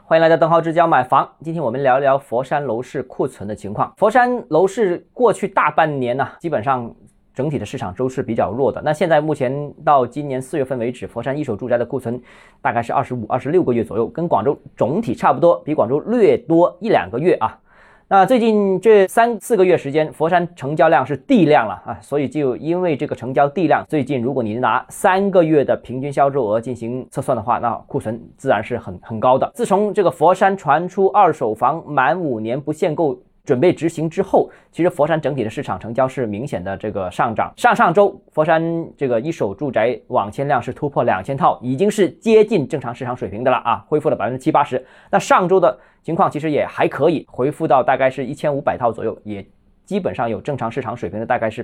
欢迎来到邓浩之家买房。今天我们聊聊佛山楼市库存的情况。佛山楼市过去大半年呢，基本上整体的市场都是比较弱的。那现在目前到今年4月份为止，佛山一手住宅的库存大概是25、26个月左右，跟广州总体差不多，比广州略多1、2个月啊。那最近这3、4个月时间，佛山成交量是地量了啊，所以就因为这个成交地量，最近如果你拿3个月的平均销售额进行测算的话，那库存自然是很高的。自从这个佛山传出二手房满5年不限购准备执行之后，其实佛山整体的市场成交是明显的这个上涨。上周佛山这个一手住宅网签量是突破2000套，已经是接近正常市场水平的了啊，恢复了70%、80%。那上周的情况其实也还可以，恢复到大概是1500套左右，也基本上有正常市场水平的大概是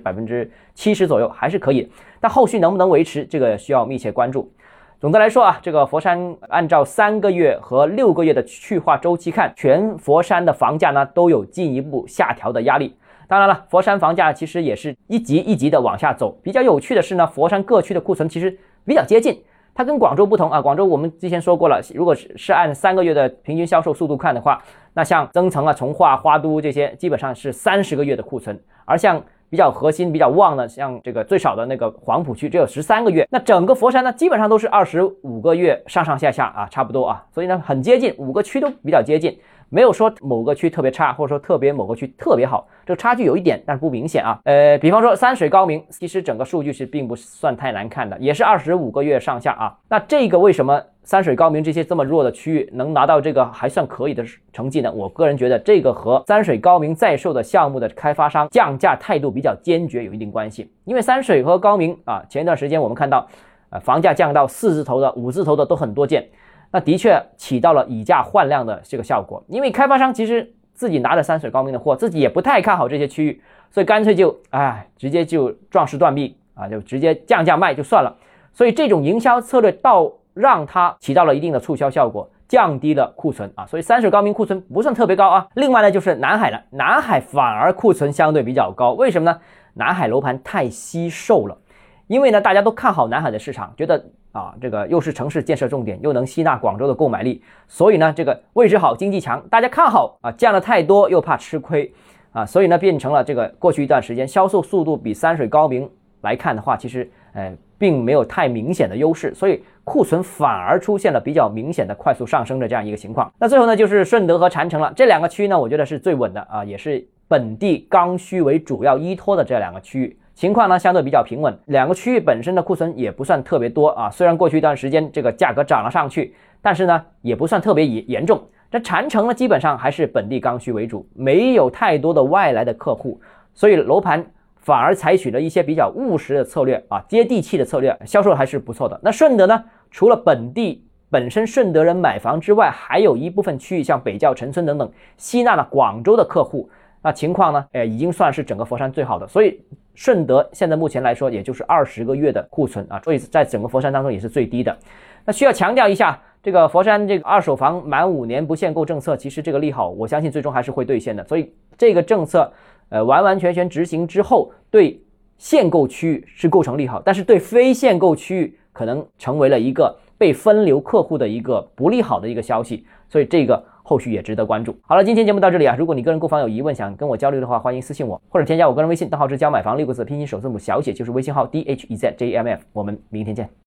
70%左右，还是可以。但后续能不能维持，这个需要密切关注。总的来说啊，这个佛山按照3个月和6个月的去化周期看，全佛山的房价呢都有进一步下调的压力。当然了，佛山房价其实也是一级一级的往下走。比较有趣的是呢，佛山各区的库存其实比较接近。它跟广州不同啊，广州我们之前说过了，如果是按3个月的平均销售速度看的话，那像增城啊、从化、花都这些基本上是30个月的库存，而像比较核心、比较旺的，像这个最少的那个黄埔区只有13个月，那整个佛山呢基本上都是25个月上下啊，差不多啊，所以呢很接近，5个区都比较接近。没有说某个区特别差，或者说某个区特别好，这个差距有一点，但是不明显啊。比方说山水高明，其实整个数据是并不算太难看的，也是25个月上下啊。那这个为什么山水高明这些这么弱的区域能拿到这个还算可以的成绩呢？我个人觉得这个和山水高明在售的项目的开发商降价态度比较坚决有一定关系。因为山水和高明啊，前一段时间我们看到房价降到4字头的、5字头的都很多件。那的确起到了以价换量的这个效果，因为开发商其实自己拿着山水高明的货，自己也不太看好这些区域，所以干脆就直接就壮士断臂啊，就直接降价卖就算了。所以这种营销策略倒让它起到了一定的促销效果，降低了库存啊，所以山水高明库存不算特别高啊。另外呢就是南海了，南海反而库存相对比较高，为什么呢？南海楼盘太稀售了，因为呢大家都看好南海的市场，觉得这个又是城市建设重点，又能吸纳广州的购买力，所以呢这个位置好经济强，大家看好啊，降了太多又怕吃亏啊，所以呢变成了这个过去一段时间销售速度比山水高明来看的话，其实并没有太明显的优势，所以库存反而出现了比较明显的快速上升的这样一个情况。那最后呢就是顺德和禅城了，这2个区呢我觉得是最稳的啊，也是本地刚需为主要依托的这2个区域。情况呢相对比较平稳，2个区域本身的库存也不算特别多啊，虽然过去一段时间这个价格涨了上去，但是呢也不算特别严重。这禅城呢基本上还是本地刚需为主，没有太多的外来的客户，所以楼盘反而采取了一些比较务实的策略啊，接地气的策略，销售还是不错的。那顺德呢，除了本身顺德人买房之外，还有一部分区域像北窖、陈村等等吸纳了广州的客户，那情况呢已经算是整个佛山最好的，所以顺德现在目前来说也就是20个月的库存啊，所以在整个佛山当中也是最低的。那需要强调一下，这个佛山这个二手房满5年不限购政策，其实这个利好我相信最终还是会兑现的，所以这个政策完完全全执行之后，对限购区域是构成利好，但是对非限购区域可能成为了一个被分流客户的一个不利好的一个消息，所以这个后续也值得关注。好了，今天节目到这里啊，如果你个人购房有疑问想跟我交流的话，欢迎私信我或者添加我个人微信，邓浩之教买房6个字拼音首字母小写就是微信号DHEZJMF， 我们明天见。